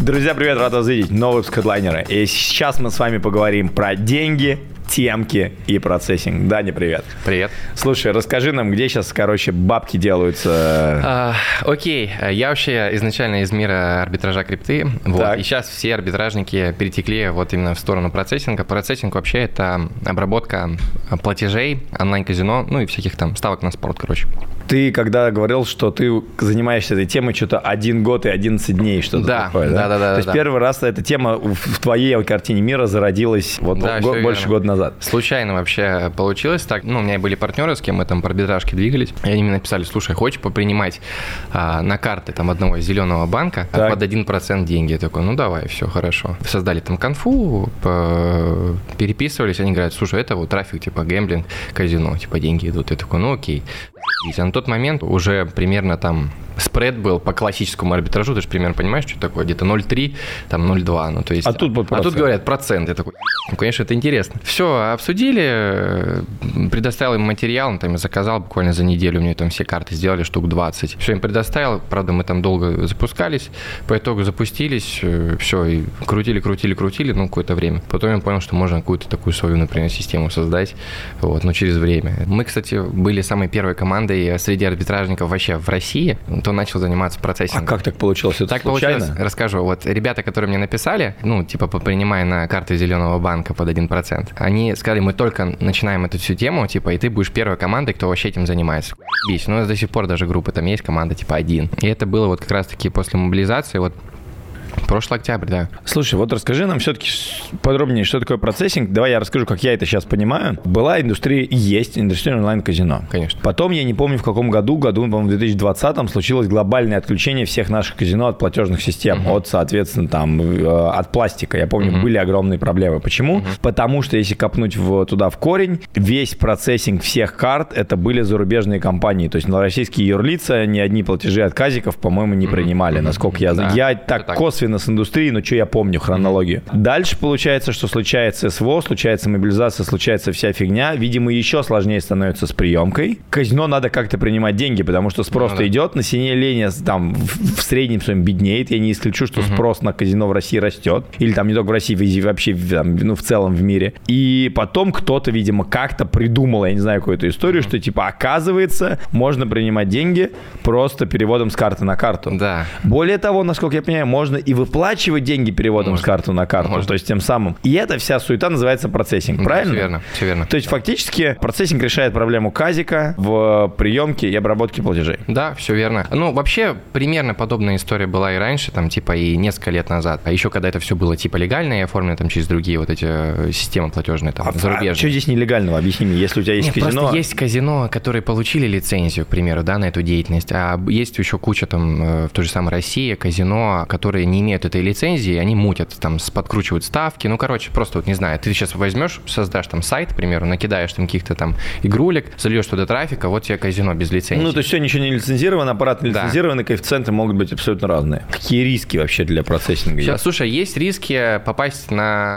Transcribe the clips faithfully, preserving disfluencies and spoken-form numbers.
Друзья, привет, рад вас видеть. Новый выпуск Хедлайнера. И сейчас мы с вами поговорим про деньги, темки и процессинг. Даня, привет. Привет. Слушай, расскажи нам, где сейчас, короче, бабки делаются? А, окей, я вообще изначально из мира арбитража крипты, вот, и сейчас все арбитражники перетекли вот именно в сторону процессинга. Процессинг вообще это обработка платежей, онлайн-казино, ну и всяких там ставок на спорт, короче. Ты когда говорил, что ты занимаешься этой темой что-то один год и одиннадцать дней, что-то да, такое, да? Да, да, да. То есть да. первый раз эта тема в твоей картине мира зародилась вот да, го- больше года назад. Случайно вообще получилось так. Ну, у меня были партнеры, с кем мы там по арбитражке двигались, и они мне написали: слушай, хочешь попринимать а, на карты там одного зеленого банка а под один процент деньги? Я такой, ну давай, все хорошо. Создали там конфу, по... переписывались, они говорят: слушай, это вот трафик типа гэмблинг, казино, типа деньги идут. Я такой, ну окей. А на тот момент уже примерно там спред был по классическому арбитражу, ты же примерно понимаешь, что такое, где-то ноль целых три десятых, там ноль целых два десятых, ну то есть... А тут, а тут говорят процент, я такой, ну конечно, это интересно. Все, обсудили, предоставил им материал, он там заказал буквально за неделю, мне там все карты сделали, штук двадцать. Все им предоставил, правда, мы там долго запускались, по итогу запустились, все, и крутили, крутили, крутили, ну какое-то время. Потом я понял, что можно какую-то такую свою, например, систему создать, вот, но через время. Мы, кстати, были самой первой командой среди арбитражников вообще в России, кто начал заниматься процессингом. А как так получилось? Это так случайно? Получилось, расскажу. Вот ребята, которые мне написали, ну, типа, принимая на карты зеленого банка под один процент, они сказали: мы только начинаем эту всю тему, типа, и ты будешь первой командой, кто вообще этим занимается. Бись. Ну, до сих пор даже группы там есть, команда типа один. И это было вот как раз-таки после мобилизации, вот, прошлый октябрь, да. Слушай, вот расскажи нам все-таки подробнее, что такое процессинг. Давай я расскажу, как я это сейчас понимаю. Была индустрия, есть индустрия онлайн-казино. Конечно. Потом, я не помню в каком году, году, по-моему, в две тысячи двадцатом случилось глобальное отключение всех наших казино от платежных систем, uh-huh. от, соответственно, там, э, от пластика. Я помню, uh-huh. были огромные проблемы. Почему? Uh-huh. Потому что, если копнуть в, туда в корень, весь процессинг всех карт, это были зарубежные компании. То есть, российские юрлица ни одни платежи от казиков, по-моему, не uh-huh. принимали, насколько uh-huh. я знаю. Да, я так, так косвенно с индустрией, но что я помню, хронологию. Mm-hmm. Дальше получается, что случается СВО, случается мобилизация, случается вся фигня. Видимо, еще сложнее становится с приемкой. Казино надо как-то принимать деньги, потому что спрос-то ну, да. идет, население там в, в среднем своем беднеет. Я не исключу, что mm-hmm. спрос на казино в России растет. Или там не только в России, вообще там, ну, в целом в мире. И потом кто-то, видимо, как-то придумал, я не знаю, какую-то историю, mm-hmm. что типа оказывается, можно принимать деньги просто переводом с карты на карту. Да. Более того, насколько я понимаю, можно и выплачивать деньги переводом Можно. с карты на карту, Можно. то есть тем самым. И эта вся суета называется процессинг, да, правильно? Все верно, все верно. То есть фактически процессинг решает проблему казика в приемке и обработке платежей. Да, все верно. Ну, вообще, примерно подобная история была и раньше, там, типа, и несколько лет назад. А еще, когда это все было, типа, легально и оформлено там через другие вот эти системы платежные, там, а, зарубежные. А что здесь нелегального? Объясни мне, если у тебя есть Нет, казино... просто есть казино, которые получили лицензию, к примеру, да, на эту деятельность, а есть еще куча там в той же самой России казино, которые не имеют этой лицензии, они мутят, там, подкручивают ставки, ну, короче, просто вот, не знаю, ты сейчас возьмешь, создашь там сайт, к примеру, накидаешь там каких-то там игрулек, зальешь туда трафика, вот тебе казино без лицензии. Ну, то есть все ничего не лицензировано, аппарат не лицензирован, да. коэффициенты могут быть абсолютно разные. Какие риски вообще для процессинга Сейчас, есть? Слушай, есть риски попасть на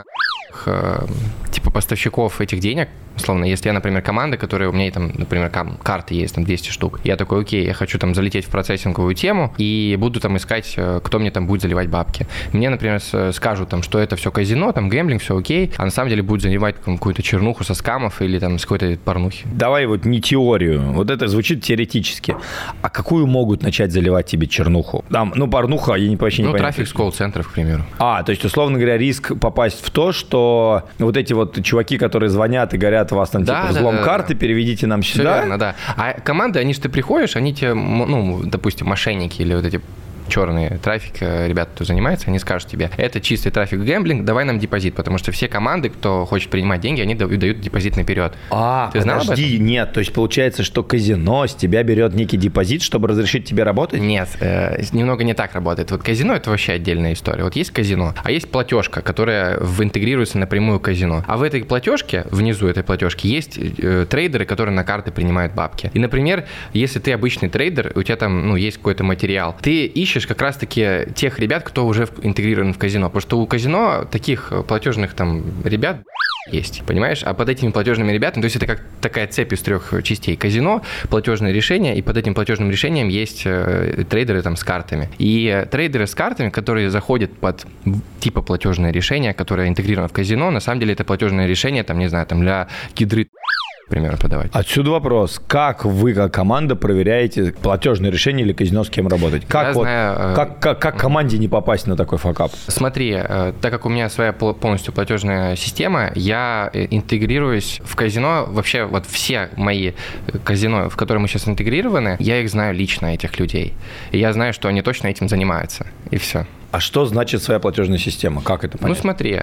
типа поставщиков этих денег, условно, если я, например, команда, которая у меня там, например, карты есть, там двести штук, я такой, окей, я хочу там залететь в процессинговую тему и буду там искать, кто мне там будет заливать бабки. Мне, например, скажут там, что это все казино, там гэмблинг, все окей, а на самом деле будет заливать какую-то чернуху со скамов или там с какой-то порнухи. Давай вот не теорию, вот это звучит теоретически, а какую могут начать заливать тебе чернуху? Там, ну, порнуха, я не, вообще не ну, понимаю. Ну, трафик с колл-центров, к примеру. А, то есть, условно говоря, риск попасть в то, что вот эти вот чуваки, которые звонят и говорят, у вас там да, типа да, взлом да, карты, да. переведите нам Все сюда. Верно, да. А команды, они же ты приходишь, они тебе, ну, допустим, мошенники или вот эти черный трафик, ребята, кто занимается, они скажут тебе, это чистый трафик гэмблинг, давай нам депозит, потому что все команды, кто хочет принимать деньги, они дают депозит наперед. А, Ты знал подожди, об этом? Нет, то есть получается, что казино с тебя берет некий депозит, чтобы разрешить тебе работать? Нет, э, немного не так работает. Вот казино – это вообще отдельная история. Вот есть казино, а есть платежка, которая интегрируется напрямую в казино. А в этой платежке, внизу этой платежки, есть э, трейдеры, которые на карты принимают бабки. И, например, если ты обычный трейдер, у тебя там, ну, есть какой-то материал, ты ищешь как раз-таки тех ребят, кто уже интегрирован в казино. Потому что у казино таких платежных там ребят есть, понимаешь? А под этими платежными ребятами, то есть это как такая цепь из трех частей. Казино, платежные решения, и под этим платежным решением есть э, трейдеры там с картами. И э, трейдеры с картами, которые заходят под типа платежное решение, которое интегрировано в казино, на самом деле это платежное решение, там, не знаю, там для гидры, примерно, продавать. Отсюда вопрос. Как вы, как команда, проверяете платежное решение или казино, с кем работать? Как, вот, знаю, как, как, как команде не попасть на такой факап? Смотри, так как у меня своя полностью платежная система, я интегрируюсь в казино. Вообще, вот все мои казино, в которые мы сейчас интегрированы, я их знаю лично, этих людей. И я знаю, что они точно этим занимаются. И все. А что значит своя платежная система? Как это понять? Ну, смотри,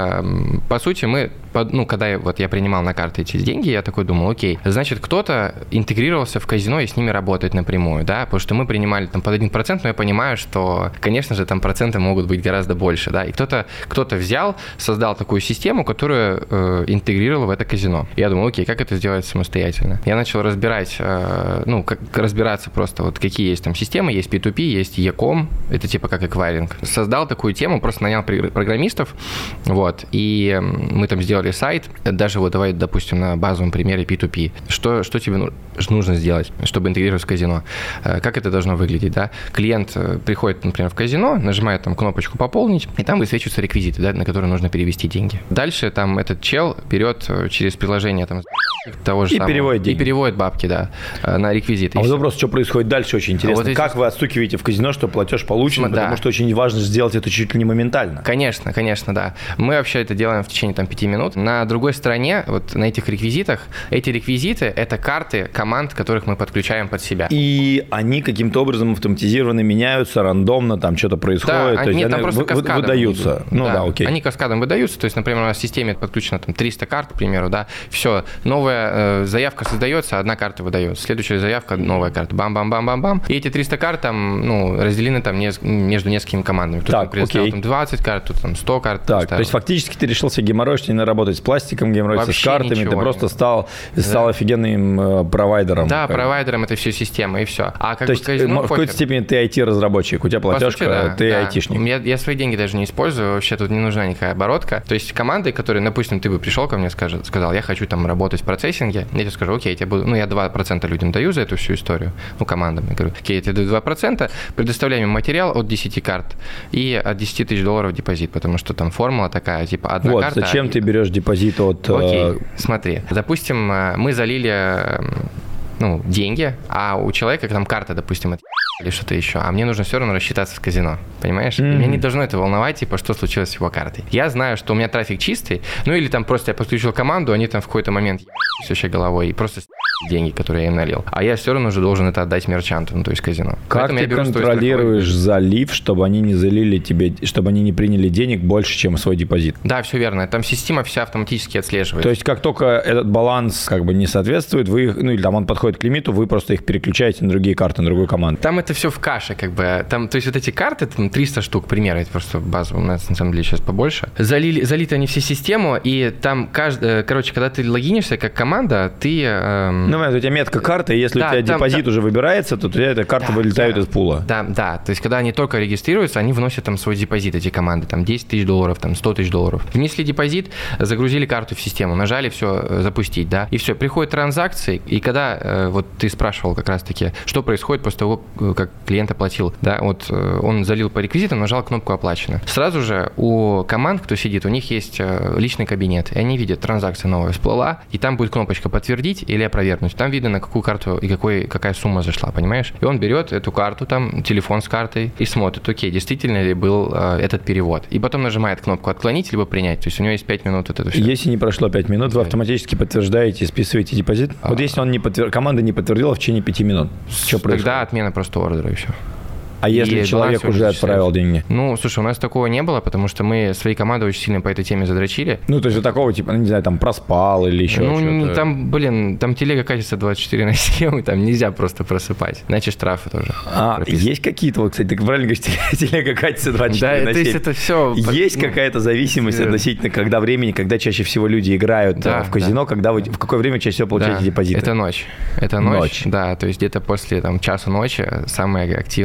по сути, мы, ну, когда я, вот я принимал на карты эти деньги, я такой думал, окей, значит, кто-то интегрировался в казино и с ними работает напрямую, да, потому что мы принимали там под один процент, но я понимаю, что, конечно же, там проценты могут быть гораздо больше, да, и кто-то, кто-то взял, создал такую систему, которую э, интегрировал в это казино. Я думал, окей, как это сделать самостоятельно? Я начал разбирать, э, ну, как, разбираться просто, вот какие есть там системы, есть пи ту пи, есть e-com, это типа как эквайринг. Создал такую тему, просто нанял программистов, вот, и мы там сделали сайт, даже вот давай, допустим, на базовом примере пи ту пи. Что, что тебе нужно сделать, чтобы интегрировать в казино? Как это должно выглядеть, да? Клиент приходит, например, в казино, нажимает там кнопочку «Пополнить», и там высвечиваются реквизиты, да, на которые нужно перевести деньги. Дальше там этот чел берет через приложение там того же и самого, переводит деньги. И переводит бабки, да, на реквизиты. А вот вопрос, что происходит дальше, очень интересно. А вот как здесь... вы отстукиваете в казино, что платеж получен, да. Потому что очень важно сделать это чуть ли не моментально. Конечно, конечно, да. Мы вообще это делаем в течение там пяти минут. На другой стороне, вот на этих реквизитах, эти реквизиты – это карты команд, которых мы подключаем под себя. И они каким-то образом автоматизированно меняются, рандомно там что-то происходит. Да, то есть нет, там просто вы, каскадом выдаются. Ну да. да, окей. Они каскадом выдаются. То есть, например, у нас в системе подключено там триста карт, к примеру, да. Все, новая э, заявка создается, одна карта выдается. Следующая заявка, новая карта. Бам-бам-бам-бам-бам. И эти триста карт там, ну, разделены там не, между несколькими командами. Кто-то так, предоставил там двадцать карт, тут там сто карт. Так, то есть фактически ты решил себе геморрой, что не надо работать с пластиком, геморрой с картами, ты просто стал, стал да. офигенным э, провайдером. Да, провайдером этой всей системы, и все. А как то есть казино, в какой-то степени ты ай ти-разработчик, у тебя платежка, сути, да, ты да. айтишник. Я, я свои деньги даже не использую, вообще тут не нужна никакая оборотка. То есть команды, которые, допустим, ты бы пришел ко мне, скажи, сказал, я хочу там работать в процессинге, я тебе скажу, окей, я тебе буду, ну, я два процента людям даю за эту всю историю, ну, командам, я говорю, окей, я тебе даю два процента, предоставляем им материал от десяти карт и от десяти тысяч долларов депозит, потому что там формула такая, типа, одна вот, карта. Вот, зачем и... ты берешь депозит от... Окей, смотри, допустим, мы залили, ну, деньги, а у человека там карта, допустим, от или что-то еще, а мне нужно все равно рассчитаться в казино, понимаешь? Mm-hmm. И меня не должно это волновать, типа, что случилось с его картой. Я знаю, что у меня трафик чистый, ну или там просто я подключил команду, они там в какой-то момент вообще головой и просто деньги, которые я им налил. А я все равно уже должен это отдать мерчанту, ну то есть казино. Как Поэтому ты контролируешь залив, чтобы они не залили тебе, чтобы они не приняли денег больше, чем свой депозит? Да, все верно. Там система вся автоматически отслеживает. То есть как только этот баланс как бы не соответствует, вы, ну или там он подходит к лимиту, вы просто их переключаете на другие карты, на другую команду. Там это все в каше, как бы. Там, то есть вот эти карты, там триста штук, к примеру, это просто базово, у нас на самом деле сейчас побольше. Залили, залиты они все в систему, и там каждый, короче, когда ты логинишься как команда, ты... Эм... Ну, у тебя метка карты, и если да, у тебя там, депозит да, уже выбирается, то у тебя эта карта да, вылетает да, из пула. Да, да, то есть когда они только регистрируются, они вносят там свой депозит, эти команды, там десять тысяч долларов, там сто тысяч долларов. Внесли депозит, загрузили карту в систему, нажали все, запустить, да, и все, приходят транзакции, и когда, э, вот ты спрашивал как раз-таки, что происходит после того, как клиент оплатил, да, вот э, он залил по реквизитам, нажал кнопку «Оплачено». Сразу же у команд, кто сидит, у них есть э, личный кабинет, и они видят, транзакция новая всплыла, и там будет кнопочка «Подтвердить» или «Опровергнуть». Там видно, на какую карту и какой, какая сумма зашла, понимаешь? И он берет эту карту, там, телефон с картой и смотрит, окей, действительно ли был э, этот перевод. И потом нажимает кнопку «Отклонить» либо «Принять». То есть у него есть пять минут вот это все. Если не прошло пять минут, вы автоматически подтверждаете и списываете депозит? А... Вот если он не подтвер... команда не подтвердила в течение пяти минут, что происходит? Тогда отмена просто ордера и все. А если и человек уже отправил деньги? Ну, слушай, у нас такого не было, потому что мы своей командой очень сильно по этой теме задрочили. Ну, то есть вот такого типа, не знаю, там проспал или еще ну, что-то? Ну, там, блин, там телега катится двадцать четыре на семь, и там нельзя просто просыпать. Иначе штрафы тоже. А, прописаны. Есть какие-то, вот, кстати, ты правильно говоришь, телега катится двадцать четыре на семь. Да, то есть это все... Есть какая-то зависимость относительно когда времени, когда чаще всего люди играют да, в казино, да. когда вы, в какое время чаще всего получаете да, депозиты? Это ночь. Это ночь, ночь. Да, то есть где-то после там, часа ночи самые активные. Ну,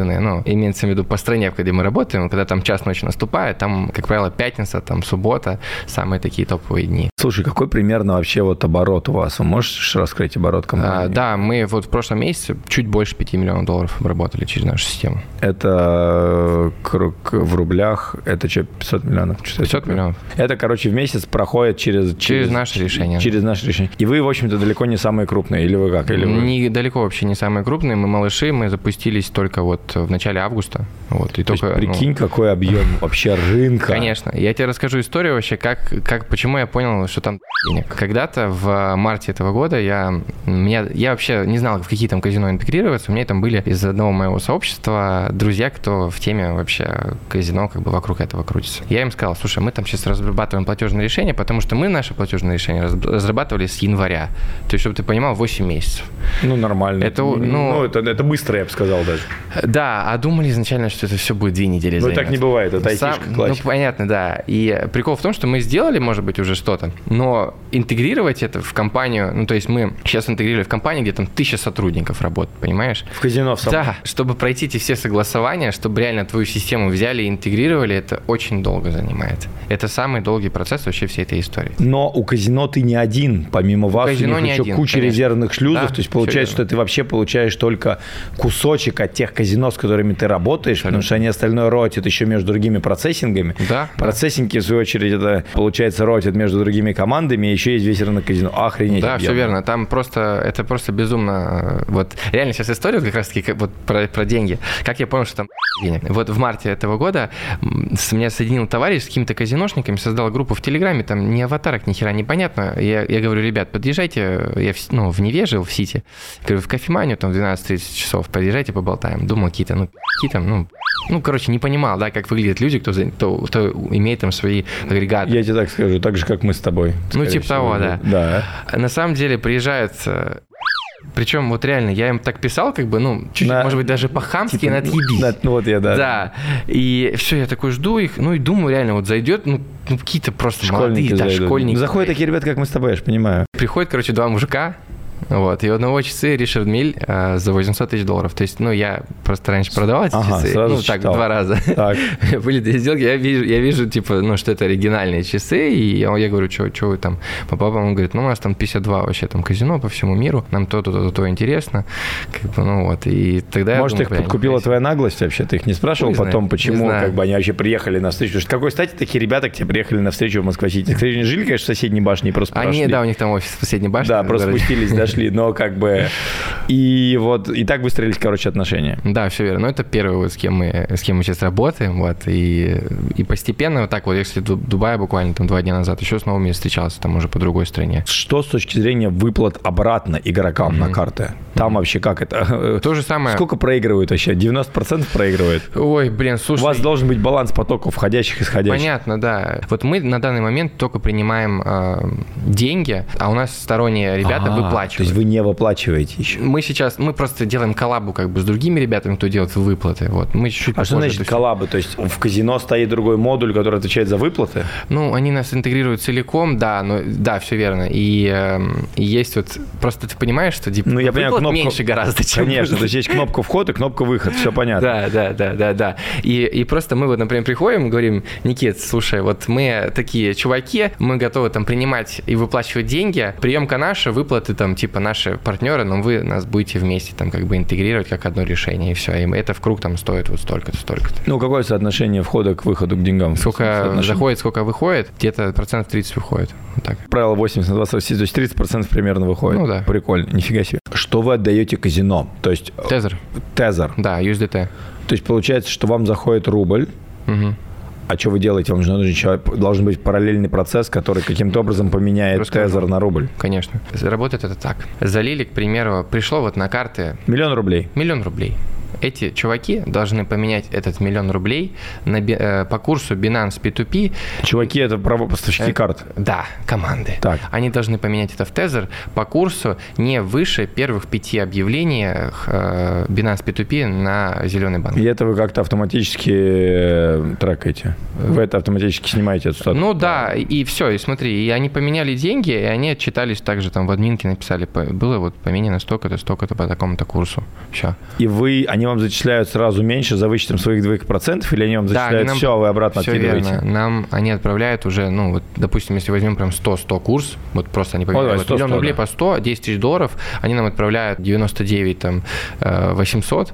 имеется в виду по стране, где мы работаем, когда там час ночи наступает, там, как правило, пятница, там суббота, самые такие топовые дни. Слушай, какой примерно вообще вот оборот у вас? Вы можешь раскрыть оборот компании? А, да, мы вот в прошлом месяце чуть больше пяти миллионов долларов обработали через нашу систему. Это в рублях, это что, пятьсот миллионов? пятьсот миллионов. Это, короче, в месяц проходит через... Через, через наше решение. Через наше решение. И вы, в общем-то, далеко не самые крупные, или вы как? Или вы... Не, далеко вообще не самые крупные. Мы малыши, мы запустились только вот в начале августа. Вот, и То только, есть, прикинь, ну... какой объем вообще рынка. Конечно. Я тебе расскажу историю вообще, как, как, почему я понял, что там денег. Когда-то в марте этого года я, меня, я вообще не знал, в какие там казино интегрироваться. У меня там были из одного моего сообщества друзья, кто в теме вообще казино как бы вокруг этого крутится. Я им сказал, слушай, мы там сейчас разрабатываем платежное решение, потому что мы наше платежное решение разрабатывали с января. То есть, чтобы ты понимал, восемь месяцев. Ну, нормально. Это, ну, ну, это, это быстро, я бы сказал даже. Да, а думали изначально, что это все будет две недели Ну, займет. так не бывает, это айтишка классика. Ну, понятно, да. И прикол в том, что мы сделали, может быть, уже что-то, но интегрировать это в компанию, ну, то есть мы сейчас интегрировали в компанию, где там тысяча сотрудников работает, понимаешь? В казино в самом. Да, чтобы пройти эти все согласования, чтобы реально твою систему взяли и интегрировали, это очень долго занимает. Это самый долгий процесс вообще всей этой истории. Но у казино ты не один, помимо у вас, казино у них еще один, куча конечно. резервных шлюзов, Да, то есть получается, что ты вообще получаешь только кусочек от тех казино, с которыми ты работаешь, абсолютно. Потому что они остальное роутят еще между другими процессингами. Да. Процессинги, в свою очередь, это, получается, роутят между другими командами, и еще есть весь рынок казино. Охренеть. Да, объемно. все верно. Там просто, это просто безумно. Вот реально сейчас история вот как раз-таки как, вот про, про деньги. Как я понял, что там денег. Вот в марте этого года с меня соединил товарищ с какими-то казиношниками, создал группу в Телеграме, там ни аватарок, ни хера непонятно. Я, я говорю, ребят, подъезжайте, я в, ну, в Неве жил, в Сити. Говорю, в кофеманию, там в двенадцать тридцать часов, подъезжайте, поболтаем. Думал, какие-то, ну, какие-то, ну, ну, короче, не понимал, да, как выглядят люди, кто, кто, кто имеет там свои агрегаты. Я тебе так скажу, так же, как мы с тобой. Ну, типа всего, того, да. Да. На самом деле приезжают... Причем вот реально, я им так писал, как бы, ну, чуть-чуть, на, может быть, даже по-хамски, типа, на отъебись. На, ну вот я, да. Да, и все, я такой жду их, ну и думаю, реально, вот зайдет, ну, ну какие-то просто школьники молодые, да, школьники. Заходят такие ребята, как мы с тобой, я же понимаю. Приходят, короче, два мужика, вот, и у одного часы Ричард Миль а, за восемьсот тысяч долларов. То есть, ну, я просто раньше продавал эти ага, часы, ну, так, читал. два раза. Так. Были две сделки, я вижу, я вижу, типа, ну, что это оригинальные часы, и я, я говорю, что вы там? Папа, он говорит, ну, у нас там пятьдесят два вообще там казино по всему миру, нам то-то, то-то, то интересно. Как бы, ну, вот, и тогда Может, я думаю, их подкупила красиво. Твоя наглость вообще? Ты их не спрашивал не потом, знаю, почему как бы они вообще приехали на встречу? Потому что какой стати такие ребята к тебе приехали на встречу в Москва-Сити? Кстати, они жили, конечно, в соседней башне и просто Они, прошли. да, у них там офис в соседней башне. Да, просто спустились, дошли, но как бы... И вот, и так выстроились, короче, отношения. Да, все верно. Но это первый, вот, с кем мы, с кем мы сейчас работаем, вот, и, и постепенно вот так вот, если в Дубае буквально там два дня назад еще с новыми встречался, там уже по другой стране. Что с точки зрения выплат обратно игрокам mm-hmm. на карты? Там mm-hmm. вообще как это? То же самое. Сколько проигрывают вообще? девяносто процентов проигрывает? Ой, блин, слушай. У вас должен быть баланс потоков входящих и исходящих. Понятно, да. Вот мы на данный момент только принимаем э, деньги, а у нас сторонние ребята А-а-а, выплачивают. То есть вы не выплачиваете еще? Мы сейчас, мы просто делаем коллабу как бы с другими ребятами, кто делает выплаты. Вот. Мы чуть-чуть а что значит коллабы? То есть в казино стоит другой модуль, который отвечает за выплаты? Ну, они нас интегрируют целиком, да, но, да, все верно. И, э, и есть вот, просто ты понимаешь, что ну, я выплат понимаю, кнопку... меньше гораздо, чем... Конечно, то есть есть кнопка вход и кнопка выход, все понятно. Да, да, да, да, да. И, и просто мы вот, например, приходим и говорим, Никит, слушай, вот мы такие чуваки, мы готовы там принимать и выплачивать деньги, приемка наша, выплаты там типа наши партнеры, но вы нас будете вместе там как бы интегрировать как одно решение, и все. И это в круг там стоит вот столько-то, столько-то. Ну, какое соотношение входа к выходу, к деньгам? Сколько заходит, сколько выходит, где-то процентов тридцать выходит. Вот так. Правило восемьдесят на двадцать, то есть тридцать процентов примерно выходит. Ну да. Прикольно, нифига себе. Что вы отдаете казино? То есть... Тезер. Тезер. Да, ю эс ди ти. То есть получается, что вам заходит рубль, угу. А что вы делаете? Вам же нужен, должен быть параллельный процесс, который каким-то образом поменяет Расскажу. Тезер на рубль. Конечно. Работает это так. Залили, к примеру, пришло вот на карты... Миллион рублей. Миллион рублей. Эти чуваки должны поменять этот миллион рублей на, э, по курсу Binance пи ту пи. Чуваки – это поставщики э, карт? Да, команды. Так. Они должны поменять это в тезер по курсу не выше первых пяти объявлений э, Binance пи ту пи на зеленый банк. И это вы как-то автоматически трекаете? Вы это автоматически снимаете эту статус? Ну да, и все, и смотри, и они поменяли деньги, и они отчитались также там в админке, написали, было вот поменено столько-то, столько-то по такому-то курсу. Все. И вы, они они вам зачисляют сразу меньше за вычетом своих двоих процентов, или они вам зачисляют да, все, а вы обратно все откидываете? Верно. Нам они отправляют уже, ну, вот, допустим, если возьмем прям сто-сто курс, вот просто они поменяли, вот, миллион рублей по сто, десять тысяч долларов, они нам отправляют девяносто девять там, восемьсот,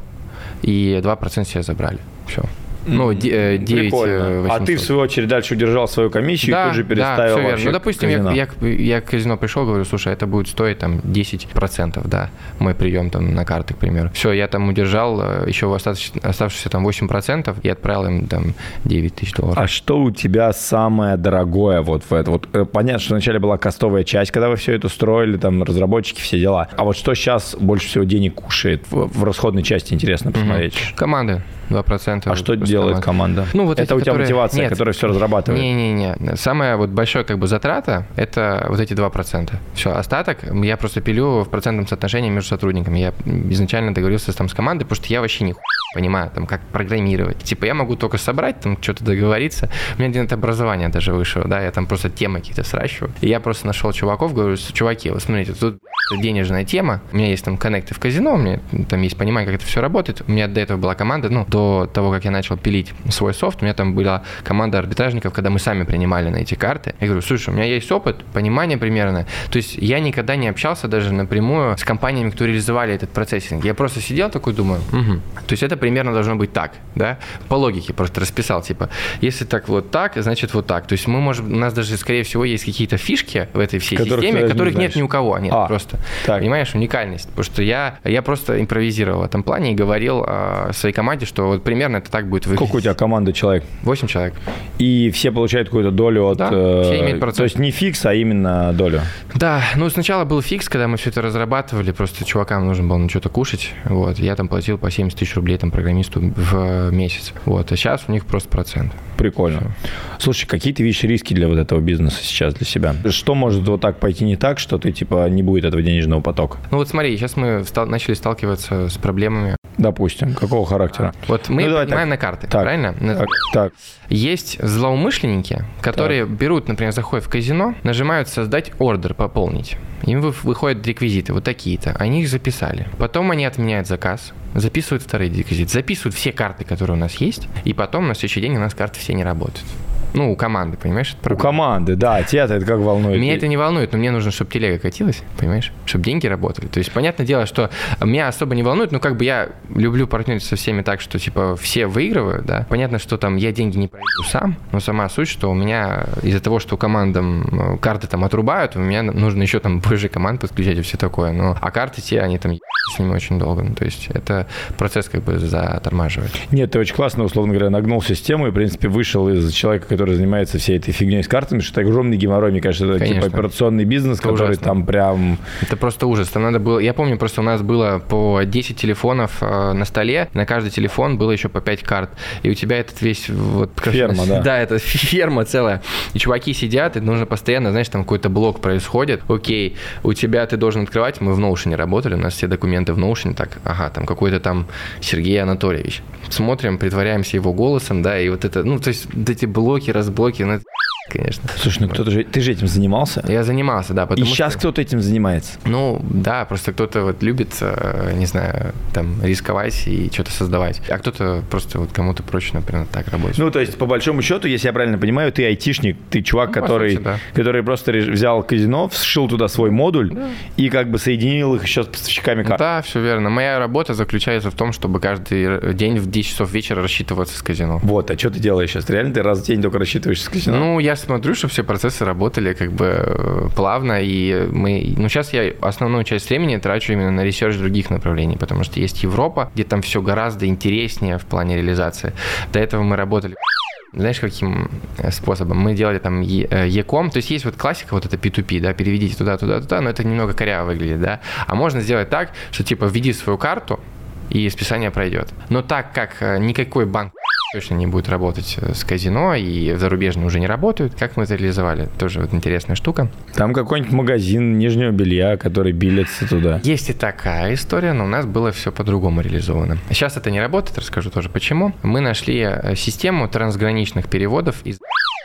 и два процента себе забрали. Все. Ну, девять восемьсот. А ты, в свою очередь, дальше удержал свою комиссию да, и тут же переставил да, вообще. Ну, допустим, я, я, я к казино пришел, говорю, слушай, это будет стоить там десять процентов, да, мой прием там на карты, к примеру. Все, я там удержал еще оставшиеся там восемь процентов и отправил им там девять тысяч долларов. А что у тебя самое дорогое вот в это? Вот понятно, что вначале была кастовая часть, когда вы все это строили, там разработчики, все дела. А вот что сейчас больше всего денег кушает в, в расходной части, интересно посмотреть? Mm-hmm. Команды. два процента. А что делает команда? Ну, вот это эти, у тебя которые... мотивация, Нет. которая все разрабатывает? Не-не-не. Самая вот большая как бы затрата – это вот эти два процента. Все, остаток я просто пилю в процентном соотношении между сотрудниками. Я изначально договорился там с командой, потому что я вообще не понимаю, там, как программировать. Типа, я могу только собрать, там, что-то договориться. У меня где-то образование даже вышло, да, я там просто темы какие-то сращиваю. И я просто нашел чуваков, говорю, чуваки, вот смотрите, тут денежная тема, у меня есть там коннекты в казино, у меня там есть понимание, как это все работает. У меня до этого была команда, ну, до того, как я начал пилить свой софт, у меня там была команда арбитражников, когда мы сами принимали на эти карты. Я говорю, слушай, у меня есть опыт, понимание примерно. То есть я никогда не общался даже напрямую с компаниями, кто реализовали этот процессинг. Я просто сидел такой, думаю, угу. То есть это примерно должно быть так, да, по логике просто расписал, типа, если так вот так, значит вот так. То есть мы можем, у нас даже, скорее всего, есть какие-то фишки в этой всей которых системе, которых не нет ни у кого, нет, а, просто, так. Понимаешь, уникальность. Потому что я, я просто импровизировал в этом плане и говорил э, своей команде, что вот примерно это так будет выглядеть. Сколько у тебя команда человек? Восемь человек. И все получают какую-то долю от... Да, все имеют процент. То есть не фикс, а именно долю? Да, ну сначала был фикс, когда мы все это разрабатывали, просто чувакам нужно было на что-то кушать, вот, я там платил по семьдесят тысяч рублей там программисту в месяц, вот, а сейчас у них просто процент. Прикольно. Слушай, какие ты видишь риски для вот этого бизнеса сейчас для себя? Что может вот так пойти не так, что ты, типа, не будет этого денежного потока? Ну вот смотри, сейчас мы стал, начали сталкиваться с проблемами. Допустим, какого характера? Вот мы ну, поднимаем на карты, так, правильно? Так, так. Есть злоумышленники, которые так. берут, например, заходят в казино, нажимают «создать ордер», «пополнить». Им выходят реквизиты, вот такие-то. Они их записали. Потом они отменяют заказ, записывают вторые реквизиты, записывают все карты, которые у нас есть, и потом на следующий день у нас карты все не работают. Ну, у команды, понимаешь? У команды, да. Тебя-то это как волнует? Меня это не волнует, но мне нужно, чтобы телега катилась, понимаешь? Чтобы деньги работали. То есть, понятное дело, что меня особо не волнует, но как бы я люблю партнериться со всеми так, что, типа, все выигрывают, да. Понятно, что там я деньги не пройду сам, но сама суть, что у меня из-за того, что командам карты там отрубают, у меня нужно еще там больше команд подключать и все такое. Но, а карты те, они там с ними очень долго. Ну, то есть, это процесс как бы затормаживает. Нет, ты очень классно, условно говоря, нагнул систему и, в принципе, вышел из человека, который занимается всей этой фигней с картами, что это огромный геморрой, мне кажется, это Конечно. типа операционный бизнес, это который ужасно. Там прям... Это просто ужас. Там надо было... Я помню, просто у нас было по десять телефонов э, на столе, на каждый телефон было еще по пять карт, и у тебя этот весь... Вот, ферма, да. Да, это ферма целая. И чуваки сидят, и нужно постоянно, знаешь, там какой-то блок происходит, окей, у тебя ты должен открывать, мы в Notion работали, у нас все документы в Notion, так, ага, там какой-то там Сергей Анатольевич. Смотрим, притворяемся его голосом, да, и вот это, ну, то есть вот эти блоки, разбблоки, ну, это, конечно. Слушай, ну кто-то же, ты же этим занимался? Я занимался, да. И сейчас что... кто-то этим занимается? Ну, да, просто кто-то вот любит, не знаю, там, рисковать и что-то создавать, а кто-то просто вот кому-то проще, например, так работать. Ну, то есть, по большому счету, если я правильно понимаю, ты айтишник, ты чувак, ну, который, сути, да. который просто взял казино, вшил туда свой модуль да. и как бы соединил их еще с поставщиками карт. Да, все верно. Моя работа заключается в том, чтобы каждый день в десять часов вечера рассчитываться с казино. Вот, а что ты делаешь сейчас? Реально ты раз в день только рассчитываешься с казино? Ну, я смотрю, чтобы все процессы работали как бы плавно, и мы... Ну, сейчас я основную часть времени трачу именно на ресерч других направлений, потому что есть Европа, где там все гораздо интереснее в плане реализации. До этого мы работали... Знаешь, каким способом? Мы делали там e-com, то есть есть вот классика, вот это пи ту пи, да, переведите туда, туда, туда, но это немного коряво выглядит, да. А можно сделать так, что типа введи свою карту, и списание пройдет. Но так как никакой банк точно не будет работать с казино, и зарубежные уже не работают, как мы это реализовали? Тоже вот интересная штука. Там какой-нибудь магазин нижнего белья, который билится туда. Есть и такая история, но у нас было все по-другому реализовано. Сейчас это не работает, расскажу тоже почему. Мы нашли систему трансграничных переводов из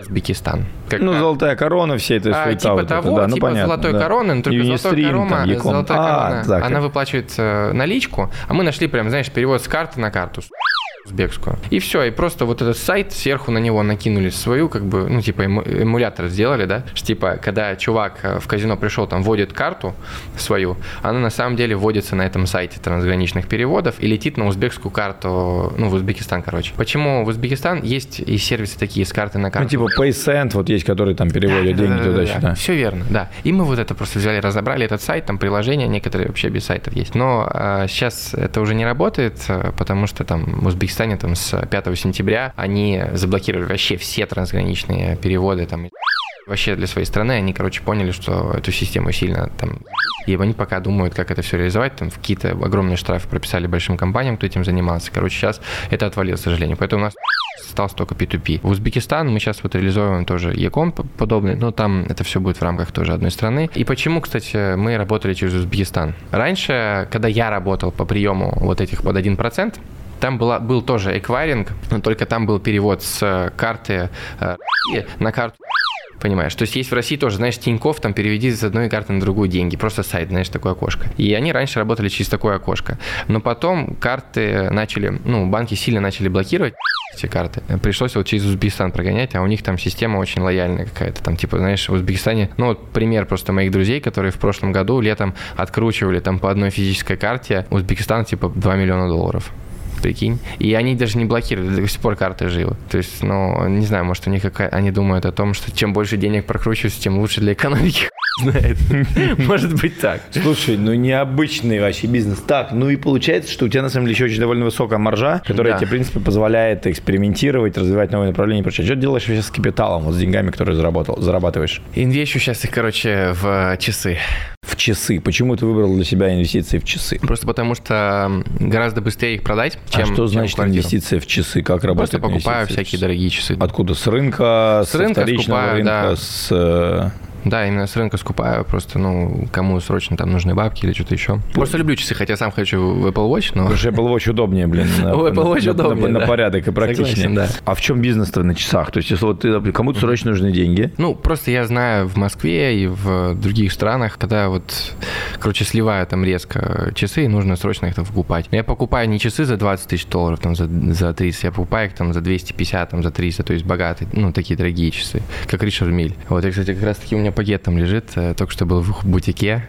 Узбекистан. Как, ну, золотая корона, все это а, суета. Типа вот того, это, да, типа ну, золотой да. короны, но только золотая корона, там, золотая а, корона так, она выплачивает наличку, а мы нашли прям, знаешь, перевод с карты на карту. Узбекскую. И все, и просто вот этот сайт, сверху на него накинули свою, как бы, ну, типа, эмулятор сделали, да, что, типа, когда чувак в казино пришел, там, вводит карту свою, она на самом деле вводится на этом сайте трансграничных переводов и летит на узбекскую карту, ну, в Узбекистан, короче. Почему в Узбекистан есть и сервисы такие с карты на карту? Ну, типа, PaySend, вот есть, которые там переводят да, деньги да, туда-сюда. Да, да. Все верно, да. И мы вот это просто взяли, разобрали этот сайт, там приложения, некоторые вообще без сайтов есть. Но а, сейчас это уже не работает, потому что там в Узбекистане там с пятого сентября они заблокировали вообще все трансграничные переводы там вообще для своей страны. Они, короче, поняли, что эту систему сильно там... И они пока думают, как это все реализовать. Там какие-то огромные штрафы прописали большим компаниям, кто этим занимался. Короче, сейчас это отвалилось, к сожалению. Поэтому у нас остался только пи ту пи. В Узбекистан мы сейчас вот реализуем тоже e-ком подобный, но там это все будет в рамках тоже одной страны. И почему, кстати, мы работали через Узбекистан? Раньше, когда я работал по приему вот этих под один процент, там была, был тоже эквайринг, но только там был перевод с карты э, на карту. Понимаешь, то есть есть в России тоже, знаешь, Тинькофф, там переведи с одной карты на другую деньги, просто сайт, знаешь, такое окошко. И они раньше работали через такое окошко. Но потом карты начали, ну, банки сильно начали блокировать эти карты. Пришлось вот через Узбекистан прогонять, а у них там система очень лояльная какая-то. Там, типа, знаешь, в Узбекистане, ну, вот пример просто моих друзей, которые в прошлом году летом откручивали там по одной физической карте Узбекистан, типа, два миллиона долларов. Прикинь. И они даже не блокируют, до сих пор карты живы. То есть, ну, не знаю, может, у них какая... они думают о том, что чем больше денег прокручивается, тем лучше для экономики. Знает. Может быть так. Слушай, ну необычный вообще бизнес. Так, ну и получается, что у тебя на самом деле еще очень довольно высокая маржа, которая да. тебе, в принципе, позволяет экспериментировать, развивать новые направления и прочее. Что ты делаешь сейчас с капиталом, вот с деньгами, которые заработал, зарабатываешь? Инвещу сейчас их, короче, в часы. В часы. Почему ты выбрал для себя инвестиции в часы? Просто потому что гораздо быстрее их продать, чем... А что значит чем инвестиция в часы? Как работает? Просто покупаю всякие дорогие часы. Откуда? С рынка? С рынка вторичного скупаю, рынка? Да. С... Да, именно с рынка скупаю, просто, ну, кому срочно там нужны бабки или что-то еще. Просто люблю часы, хотя сам хочу в Apple Watch, но... Потому что Apple Watch удобнее, блин. У Apple Watch удобнее, На порядок и практичнее. А в чем бизнес-то на часах? То есть, если вот кому-то срочно нужны деньги? Ну, просто я знаю в Москве и в других странах, когда вот, короче, сливаю там резко часы, и нужно срочно их там покупать. Я покупаю не часы за двадцать тысяч долларов, там, за, за тридцать, я покупаю их там за двести пятьдесят, там, за триста, то есть богатые, ну, такие дорогие часы, как Ричард Миль. Вот, и, кстати, как раз-таки у меня пакет там лежит, только что был в бутике,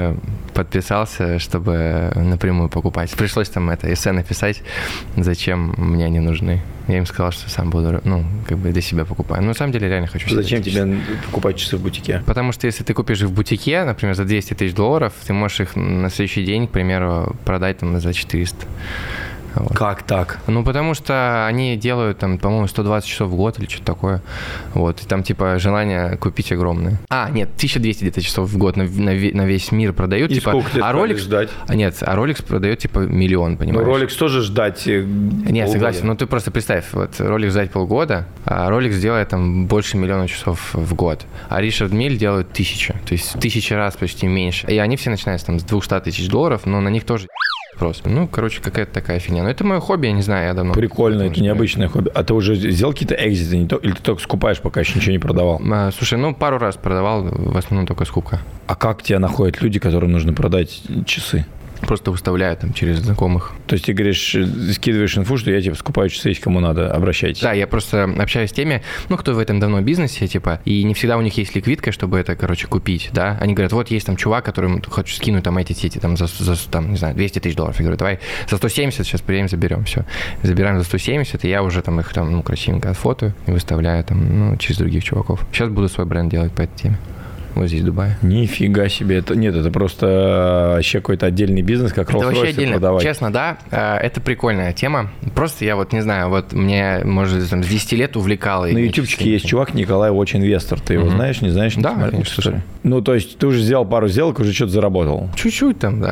подписался, чтобы напрямую покупать. Пришлось там это эссе написать, зачем мне они нужны. Я им сказал, что сам буду, ну, как бы для себя покупаю. Но на самом деле реально хочу. Зачем тебе покупать часы в бутике? Потому что если ты купишь их в бутике, например, за двести тысяч долларов, ты можешь их на следующий день, к примеру, продать там за четыреста. Вот. Как так? Ну, потому что они делают, там, по-моему, сто двадцать часов в год или что-то такое. Вот. И там, типа, желание купить огромное. А, нет, тысяча двести где-то часов в год на, на, на весь мир продают. И типа, сколько тебе а Rolex ждать? А, нет, а Rolex продает, типа, миллион, понимаешь? Ну, Rolex тоже ждать Нет, полгода. Согласен. Ну, ты просто представь, вот, Rolex ждать полгода, а Rolex делает, там, больше миллиона часов в год. А Ричард Миль делает тысячу. То есть, в тысячи раз почти меньше. И они все начинаются, там, с двухсот тысяч долларов, но на них тоже... Просто. Ну, короче, какая-то такая фигня. Но это мое хобби, я не знаю, я давно... Прикольно, это необычное хобби. А ты уже сделал какие-то экзиты, не то, или ты только скупаешь, пока еще ничего не продавал? А, слушай, ну, пару раз продавал, в основном только скупка. А как тебя находят люди, которым нужно продать часы? Просто выставляю там через знакомых. То есть ты говоришь, скидываешь инфу, что я типа скупаю часы, если кому надо, обращайтесь. Да, я просто общаюсь с теми, ну, кто в этом давно бизнесе, типа, и не всегда у них есть ликвидка, чтобы это, короче, купить, да. Они говорят, вот есть там чувак, которому хочу скинуть там эти сети, там, за, за там, не знаю, двести тысяч долларов. Я говорю, давай за сто семьдесят сейчас приедем, заберем, все. Забираем за сто семьдесят, и я уже там их там, ну, красивенько отфотаю и выставляю там, ну, через других чуваков. Сейчас буду свой бренд делать по этой теме. Вот здесь, в Дубае. Нифига себе. Это, нет, это просто вообще какой-то отдельный бизнес, как Rolls-Royce продавать. Честно, да. Это прикольная тема. Просто я вот не знаю, вот мне, может, там, с десяти лет увлекало. На ютубчике есть чувак Николай Watch Инвестор. Ты его mm-hmm. знаешь, не знаешь? Не да, конечно. Ну, то есть ты уже сделал пару сделок, уже что-то заработал? Чуть-чуть там, да.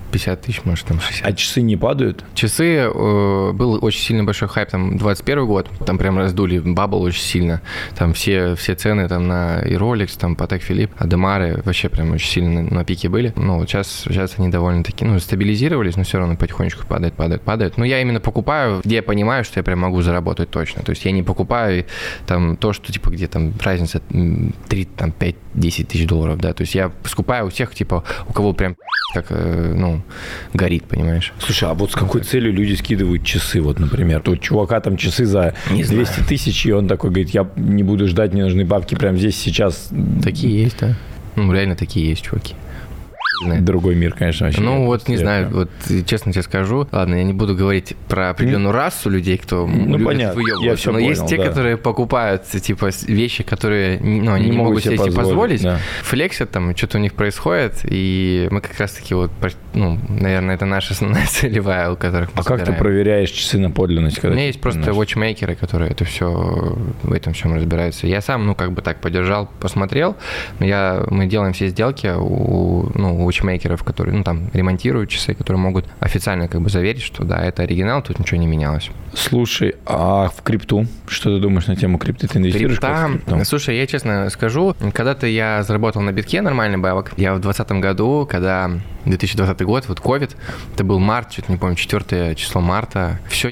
пятьдесят тысяч, может, там шестьдесят. А часы не падают? Часы, э, был очень сильный большой хайп, там, двадцать первый год, там прям раздули бабл очень сильно, там все, все цены там на и Rolex, там, Patek Philippe, Адемары вообще прям очень сильно на, на пике были. Ну, вот сейчас, сейчас они довольно-таки, ну, стабилизировались, но все равно потихонечку падают, падают, падают. Но я именно покупаю, где я понимаю, что я прям могу заработать точно. То есть я не покупаю там то, что, типа, где там разница три, там, пять-десять тысяч долларов, да. То есть я скупаю у тех, типа, у кого прям как, ну, горит, понимаешь. Слушай, а вот с какой целью люди скидывают часы, вот, например? У чувака там часы за двести тысяч, и он такой говорит, я не буду ждать, мне нужны бабки прямо здесь, сейчас. Такие есть, да. Ну, реально такие есть, чуваки. Другой мир, конечно, вообще. Ну, вот, не знаю, вот, честно тебе скажу, ладно, я не буду говорить про определенную расу людей, кто ну, любит понятно, я все но понял, есть те, да. которые покупают, типа, вещи, которые, ну, они не, не могут себе позволить, позволить да. флексят там, что-то у них происходит, и мы как раз-таки вот, ну, наверное, это наша основная целевая, у которых мы А собираем. как ты проверяешь часы на подлинность? У меня есть просто watchmakers, которые это все, в этом всем разбираются. Я сам, ну, как бы так подержал, посмотрел, но я, мы делаем все сделки у, ну, watchmakers, которые, ну, там, ремонтируют часы, которые могут официально как бы заверить, что да, это оригинал, тут ничего не менялось. Слушай, а в крипту? Что ты думаешь на тему крипты? Ты инвестируешь Крипта, в крипту? Слушай, я честно скажу, когда-то я заработал на битке нормальный бабок. Я в двадцатом году, когда две тысячи двадцатый год, вот ковид, это был март, что-то не помню, четвёртое число марта, все,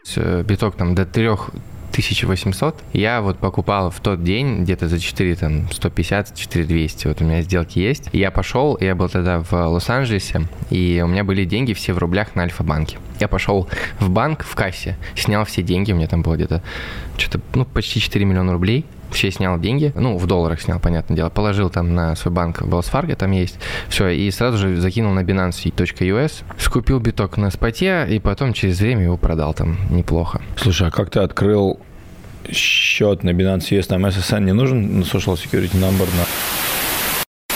биток там до трех тысяча восемьсот. Я вот покупал в тот день где-то за четыре, там, сто пятьдесят, четыре двести. Вот у меня сделки есть. И я пошел, я был тогда в Лос-Анджелесе, и у меня были деньги все в рублях на Альфа-банке. Я пошел в банк, в кассе, снял все деньги, у меня там было где-то что-то, ну, почти четыре миллиона рублей. Все снял деньги, ну, в долларах снял, понятное дело, положил там на свой банк Wells Fargo, там есть, все, и сразу же закинул на Binance точка ю эс, скупил биток на споте, и потом через время его продал там неплохо. Слушай, а как ты открыл счет на Binance ю эс, там эс эс эн не нужен, на Social Security Number? На...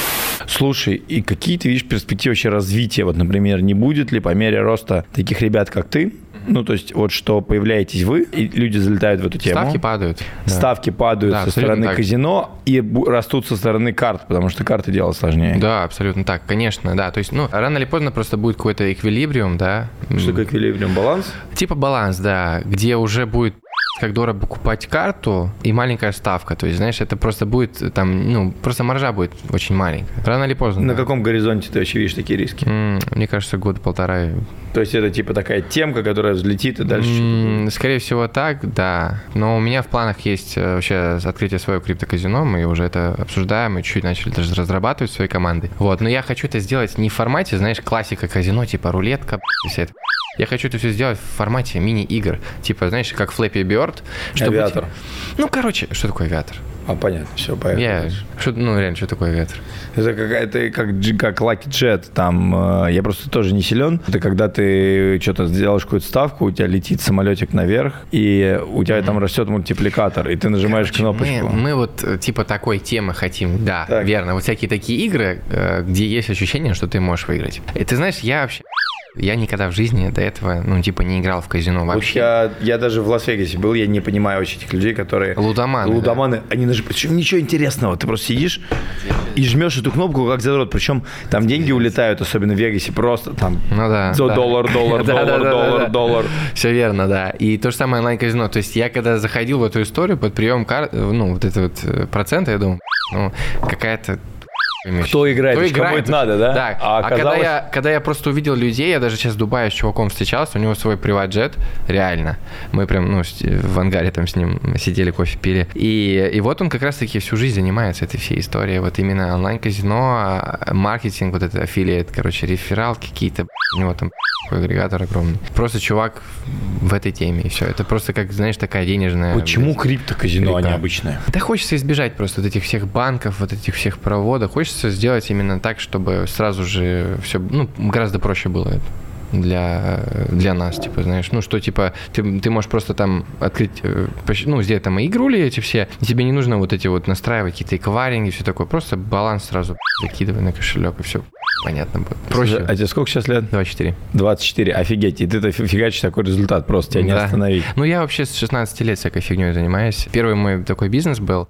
Слушай, и какие ты видишь перспективы вообще развития? Вот, например, не будет ли по мере роста таких ребят, как ты, ну, то есть, вот что появляетесь вы, и люди залетают в эту тему. Ставки падают. Ставки да. падают да, со стороны так. казино и растут со стороны карт, потому что карты делать сложнее. Да, абсолютно так, конечно, да. То есть, ну, рано или поздно просто будет какой-то эквилибриум, да. Что такое эквилибриум? Баланс? Типа баланс, да, где уже будет как дорого покупать карту и маленькая ставка. То есть, знаешь, это просто будет там, ну, просто маржа будет очень маленькая. Рано или поздно. На да. каком горизонте ты вообще видишь такие риски? Mm, мне кажется, год-полтора. То есть это типа такая темка, которая взлетит и дальше mm, скорее всего так, да. Но у меня в планах есть вообще открытие своего криптоказино. Мы уже это обсуждаем и чуть начали даже разрабатывать своей командой. Вот. Но я хочу это сделать не в формате, знаешь, классика казино, типа рулетка, вся эта. Я хочу это все сделать в формате мини-игр. Типа, знаешь, как Flappy Bird. Авиатор. Ну, короче, что такое авиатор? А, понятно, все, поехали. Я... Что, ну, реально, что такое авиатор? Это какая-то, как, как Lucky Jet, там, э, я просто тоже не силен. Это когда ты что-то сделаешь какую-то ставку, у тебя летит самолетик наверх, и у тебя mm-hmm. там растет мультипликатор, и ты нажимаешь Короче, кнопочку. Мы, мы вот типа такой темы хотим, да, так. верно. Вот всякие такие игры, где есть ощущение, что ты можешь выиграть. И ты знаешь, я вообще... Я никогда в жизни до этого, ну, типа, не играл в казино вообще. Я, я даже в Лас-Вегасе был, я не понимаю вообще этих людей, которые... Лудоманы. Лудоманы, да. Они нажимают. Причем ничего интересного. Ты просто сидишь и жмешь эту кнопку, как задрот. Причем там деньги улетают, особенно в Вегасе, просто там ну, да, за да. доллар, доллар, доллар, доллар, доллар. Все верно, да. И то же самое онлайн-казино. То есть я когда заходил в эту историю под прием карт, ну, вот это вот проценты, я думаю, ну, какая-то... Кто играет, Кто играет? Кому это надо, да? Да. А, а оказалось... когда, я, когда я просто увидел людей, я даже сейчас в Дубае с чуваком встречался, у него свой приват-джет, реально. Мы прям, ну, в ангаре там с ним сидели, кофе пили. И, и вот он как раз-таки всю жизнь занимается этой всей историей. Вот именно онлайн-казино, маркетинг, вот это аффилиат, короче, реферал какие-то, у него там агрегатор огромный. Просто чувак в этой теме, и все. Это просто, как, знаешь, такая денежная... Почему крипто-казино, а не обычное? Да хочется избежать просто вот этих всех банков, вот этих всех проводов. Хочется сделать именно так, чтобы сразу же все, ну, гораздо проще было для, для нас, типа, знаешь, ну, что, типа, ты, ты можешь просто там открыть, ну, сделать там игрули эти все, и тебе не нужно вот эти вот настраивать какие-то эквайринги, все такое, просто баланс сразу закидывай на кошелек, и все. понятно будет. Проще. А тебе сколько сейчас лет? двадцать четыре. двадцать четыре, офигеть. И ты-то фигачишь такой результат, просто тебя не да. остановить. Ну, я вообще с шестнадцати лет всякой фигней занимаюсь. Первый мой такой бизнес был,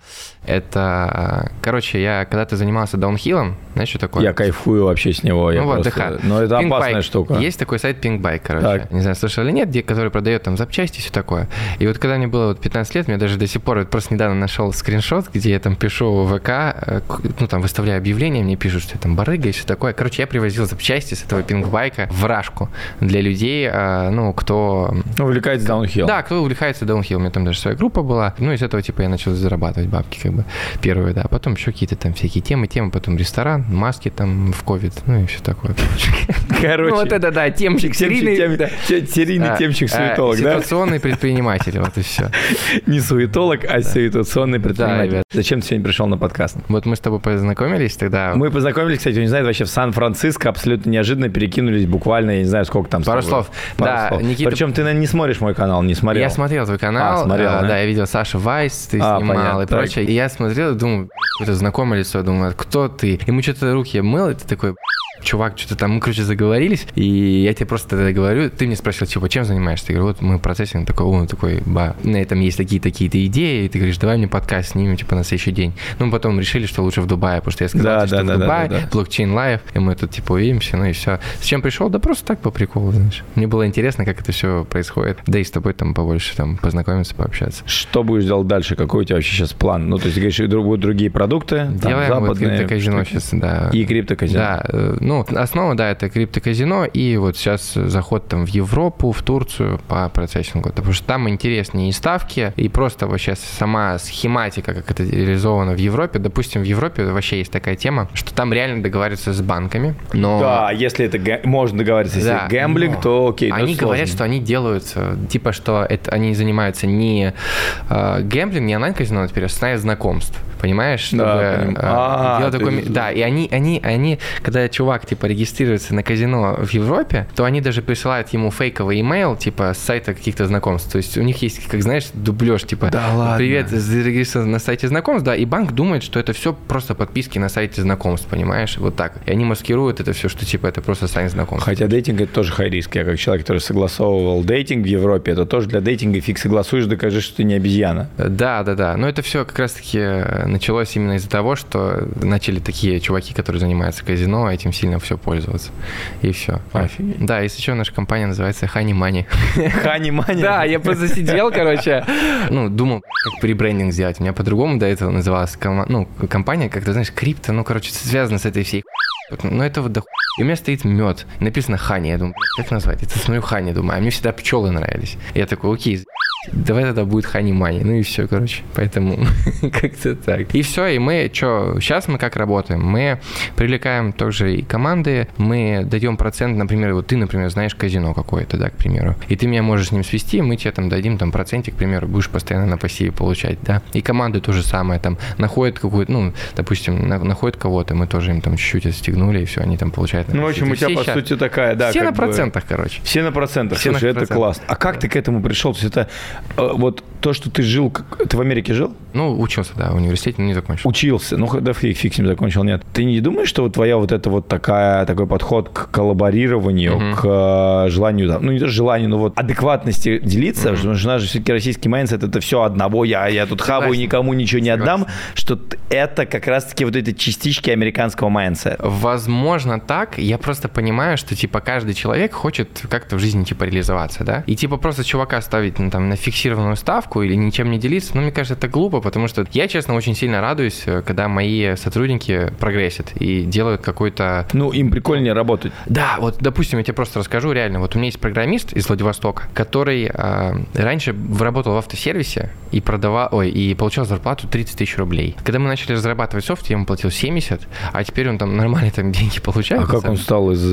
это, короче, я когда-то занимался даунхиллом, знаешь, что такое? Я кайфую вообще с него. Ну вот, просто... Но это Pink опасная Bike. штука. Есть такой сайт Pink Bike, короче. Так. Не знаю, слышал или нет, где, который продает там запчасти и все такое. И вот когда мне было вот пятнадцать лет, мне даже до сих пор, вот просто недавно нашел скриншот, где я там пишу в ВК, ну там выставляю объявления, мне пишут, что я там барыга и все такое. Короче, я привозил запчасти с этого Pink Bike в Рашку для людей, ну, кто... Увлекается даунхилл. Да, кто увлекается даунхилл. У меня там даже своя группа была. Ну, из этого типа я начал зарабатывать бабки, как бы, первые, да. Потом еще какие-то там всякие темы, темы, потом ресторан, маски там в ковид, ну и все такое. Короче. Ну, вот это, да, темчик, серийный. Серийный темчик-суетолог, да? Ситуационный предприниматель, вот и все. Не суетолог, а ситуационный предприниматель. Зачем ты сегодня пришел на подкаст? Вот мы с тобой познакомились тогда. Мы познакомились, кстати, не знаю, вообще в Сан-Франциско абсолютно неожиданно перекинулись буквально, я не знаю, сколько там. Пару слов. Да, Никита. Причем ты, наверное, не смотришь мой канал, не смотрел. Я смотрел твой канал. А, смотрел, да? да? Да, я видел Саша Вайс, ты а, снимал понятно, и прочее. И я смотрел и думаю, какое-то знакомое лицо, думаю, кто ты? И мы что-то руки мыл, и ты такой... Чувак, что-то там, мы, короче, заговорились, и я тебе просто тогда говорю, ты мне спросил, типа, чем занимаешься? Я говорю, вот мы процессинг такой, он такой, ба, на этом есть такие-такие-то идеи, и ты говоришь, давай мне подкаст снимем, типа, на следующий день. Ну, потом решили, что лучше в Дубае, потому что я сказал, да, что да, в да, Дубае, да, да, да. блокчейн лайв, и мы тут, типа, увидимся, ну и все. С чем пришел? Да просто так, по приколу, знаешь. Мне было интересно, как это все происходит, да и с тобой там побольше там познакомиться, пообщаться. Что будешь делать дальше? Какой у тебя вообще сейчас план? Ну, то есть, ты говоришь, будут другие продукты, там, Делаем западные. Вот криптоказино сейчас, да. И криптоказино. Да, ну, основа, да, это криптоказино, и вот сейчас заход там в Европу, в Турцию по процессингу, потому что там интереснее и ставки, и просто вообще сама схематика, как это реализовано в Европе. Допустим, в Европе вообще есть такая тема, что там реально договариваются с банками, но... Да, если это г... можно договориться, если да, гэмблинг, то окей, но они сложно. говорят, что они делают, типа, что это, они занимаются не э, гэмблинг, не онлайн-казино, а теперь основная знакомств. Понимаешь, чтобы да, э, а, делать такой... Есть... Да, и они, они, они, когда чувак, типа, регистрируется на казино в Европе, то они даже присылают ему фейковый имейл, типа, с сайта каких-то знакомств. То есть у них есть, как знаешь, дубляж, типа, да, привет, зарегистрирован на сайте знакомств, да, и банк думает, что это все просто подписки на сайте знакомств, понимаешь, вот так. И они маскируют это все, что, типа, это просто сайт знакомств. Хотя дейтинг – это тоже хай-риск. Я как человек, который согласовывал дейтинг в Европе, это тоже для дейтинга фиг согласуешь, докажи, что ты не обезьяна. Да, да, да. Но это все как раз-таки началось именно из-за того, что начали такие чуваки, которые занимаются казино, этим сильно все пользоваться. И все. Офигеть. Да, если что, наша компания называется Honey Money. Honey Money? Да, я просто сидел, короче, ну, думал, как прибрендинг сделать. У меня по-другому до этого называлась ну, компания, как-то, знаешь, крипто, ну, короче, связано с этой всей ну, это вот до И у меня стоит мед, написано Honey. Я думаю, как назвать? Я смотрю Honey, думаю, а мне всегда пчелы нравились. Я такой, окей, давай тогда будет Honey Money. Ну и все, короче. Поэтому как-то так. И все, и мы, что, сейчас мы как работаем? Мы привлекаем тоже и команды, мы даем процент, например, вот ты, например, знаешь казино какое-то, да, к примеру, и ты меня можешь с ним свести, мы тебе там дадим там процентик, к примеру, будешь постоянно на пассиве получать, да. И команды то же самое, там, находят какую-то, ну, допустим, на, находят кого-то, мы тоже им там чуть-чуть отстегнули, и все, они там получают. Ну, в общем, у тебя, по сейчас... сути, такая, да, все на бы... процентах, короче. Все на процентах, все слушай, на это процентах. классно. А как ты к этому пришел? То есть это вот то, что ты жил, ты в Америке жил? Ну, учился, да, в университете, но не закончил. Учился, ну, да фиг, фиг с ним закончил, нет. Ты не думаешь, что вот твоя вот это вот такая, такой подход к коллаборированию, uh-huh. к желанию, ну, не то желанию, но вот адекватности делиться, uh-huh. потому что у нас же все-таки российский майндсет, это все одного, я, я тут Согласен. хаваю, никому ничего не Согласен. отдам, что это как раз-таки вот эти частички американского майндсета. Возможно, так. Я просто понимаю, что, типа, каждый человек хочет как-то в жизни, типа, реализоваться, да? И, типа, просто чувака ставить, ну, там, на фиксированную ставку или ничем не делиться, ну, мне кажется, это глупо, потому что я, честно, очень сильно радуюсь, когда мои сотрудники прогрессят и делают какой-то... Ну, им прикольнее работать. Да, вот, допустим, я тебе просто расскажу, реально, вот у меня есть программист из Владивостока, который э, раньше работал в автосервисе и продавал, ой, и получал зарплату тридцать тысяч рублей. Когда мы начали разрабатывать софт, я ему платил семьдесят, а теперь он там нормально там деньги получает. А как он стал из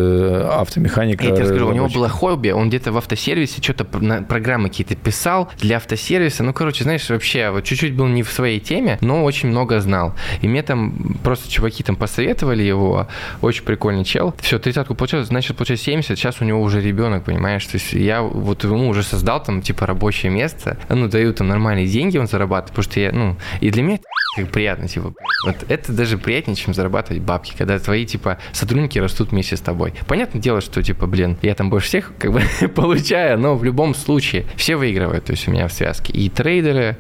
э, автомеханика? Я тебе скажу, у него было хобби, он где-то в автосервисе что-то программы какие-то писал для автосервиса, ну, короче, знаешь, вообще, вот чуть-чуть был не в своей теме, но очень много знал. И мне там просто чуваки там посоветовали его, очень прикольный чел. Все, тридцатку получил, начал получать семьдесят, сейчас у него уже ребенок, понимаешь, то есть я вот ему уже создал там, типа, рабочее место, ну, даю там нормальные деньги, он зарабатывает, потому что я, ну, и для меня как приятно, типа, вот это даже приятнее, чем зарабатывать бабки, когда твои, типа, сотрудники растут вместе с тобой. Понятное дело, что, типа, блин, я там больше всех, как бы, получаю, но в любом случае все выигрывают, то есть у меня в связке и трейдеры,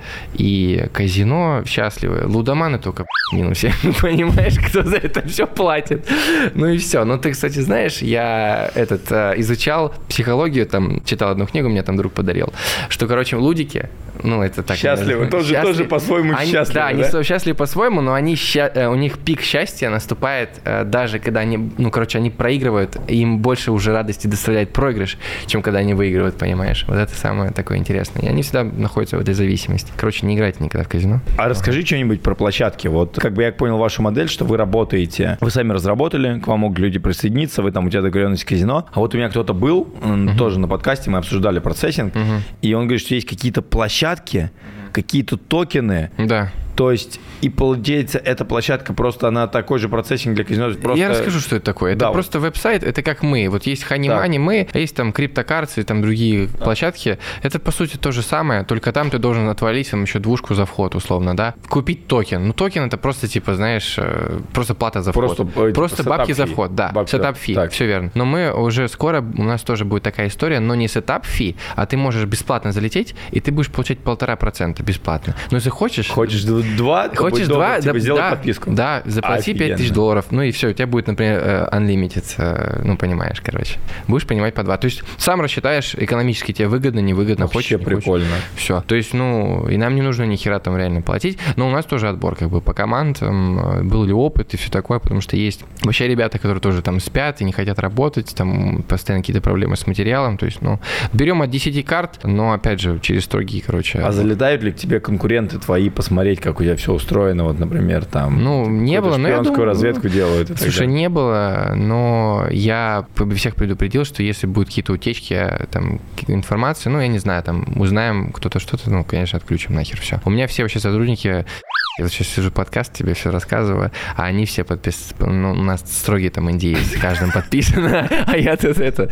и казино счастливы, лудоманы только в минусе, понимаешь, кто за это все платит, ну и все. Ну ты, кстати, знаешь, я этот изучал психологию, там, читал одну книгу, мне там друг подарил, что, короче, лудики, ну это так... Счастливы, тоже, счастливы. тоже по-своему они, счастливы, да? Да, они счастливы по-своему, но они, у них пик счастья наступает даже когда они, ну, короче, они проигрывают, им больше уже радости доставляет проигрыш, чем когда они выигрывают, понимаешь? Вот это самое такое интересное. И они всегда находятся в этой зависимости. Короче, не играйте никогда в казино. А ага. расскажи что-нибудь про площадки. Вот как бы я понял вашу модель, что вы работаете, вы сами разработали, к вам могут люди присоединиться, вы там, у тебя договоренность казино. А вот у меня кто-то был, uh-huh. тоже на подкасте, мы обсуждали процессинг, uh-huh. и он говорит, что есть какие-то площадки, какие-то токены. Да. То есть, и получается, эта площадка просто, она такой же процессинг для казино. Просто... Я расскажу, что это такое. Это да, просто вот. Веб-сайт, это как мы. Вот есть Honeymoney, мы, а есть там CryptoCards и там другие да. площадки. Это, по сути, то же самое, только там ты должен отвалить там еще двушку за вход, условно, да. Купить токен. Ну, токен это просто, типа, знаешь, просто плата за вход. Просто, просто бабки за вход, да. Сетап-фи, все верно. Но мы уже скоро, у нас тоже будет такая история, но не сетап-фи, а ты можешь бесплатно залететь, и ты будешь получать полтора процента бесплатно. Но если хочешь... Хочешь два, хочешь два, типа, да, сделай да, подписку. Да, заплати пять тысяч долларов, ну и все, у тебя будет, например, unlimited, ну понимаешь, короче. Будешь понимать по два. То есть сам рассчитаешь, экономически тебе выгодно, невыгодно, вообще хочешь, прикольно. Хочешь. Все. То есть, ну, и нам не нужно ни хера там реально платить, но у нас тоже отбор как бы по командам, был ли опыт и все такое, потому что есть вообще ребята, которые тоже там спят и не хотят работать, там постоянно какие-то проблемы с материалом, то есть, ну, берем от десяти карт, но опять же через строгие, короче. А залетают ли к тебе конкуренты твои посмотреть, как у тебя все устроено, вот, например, там... Ну, не было, но я думаю... разведку делают. Слушай, не было, но я всех предупредил, что если будут какие-то утечки, там, информации, ну, я не знаю, там, узнаем кто-то что-то, ну, конечно, отключим нахер все. У меня все вообще сотрудники... Я вот сейчас сижу подкаст, тебе все рассказываю, а они все подписаны, ну, у нас строгие там эн ди эй, с каждым подписано, а я тут это...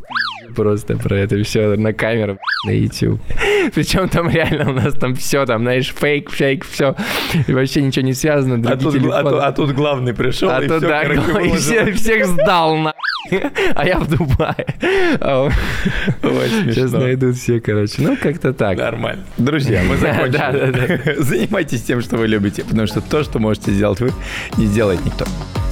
Просто про это все на камеру, на YouTube. Причем там реально у нас там все, там, знаешь, фейк, фейк, все. И вообще ничего не связано. А тут, а, тут, а тут главный пришел а и тут, все, да, короче, и всех, всех сдал, на. А я в Дубае. Сейчас найдут все, короче. Ну, как-то так. Нормально. Друзья, мы закончили. Да, да, да. Занимайтесь тем, что вы любите, потому что то, что можете сделать вы, не сделает никто.